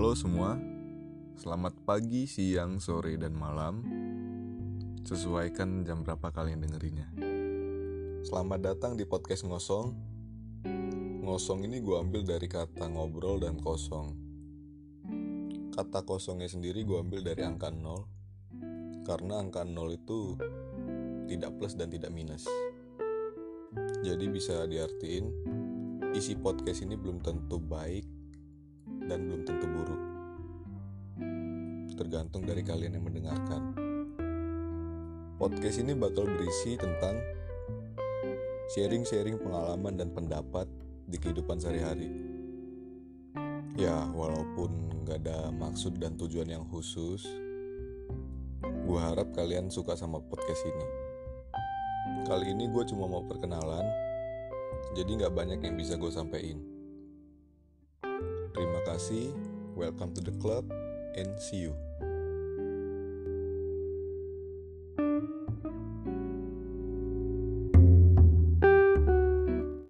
Halo semua, selamat pagi, siang, sore, dan malam. Sesuaikan jam berapa kalian dengerinnya. Selamat datang di podcast Ngosong. Ngosong ini gue ambil dari kata ngobrol dan kosong. Kata kosongnya sendiri gue ambil dari angka 0, karena angka 0 itu tidak plus dan tidak minus. Jadi bisa diartiin, isi podcast ini belum tentu baik dan belum tentu buruk, tergantung dari kalian yang mendengarkan. Podcast ini bakal berisi tentang sharing-sharing pengalaman dan pendapat di kehidupan sehari-hari. Ya, walaupun gak ada maksud dan tujuan yang khusus, gue harap kalian suka sama podcast ini. Kali ini gue cuma mau perkenalan, jadi gak banyak yang bisa gue sampein. Terima kasih, welcome to the club, and see you.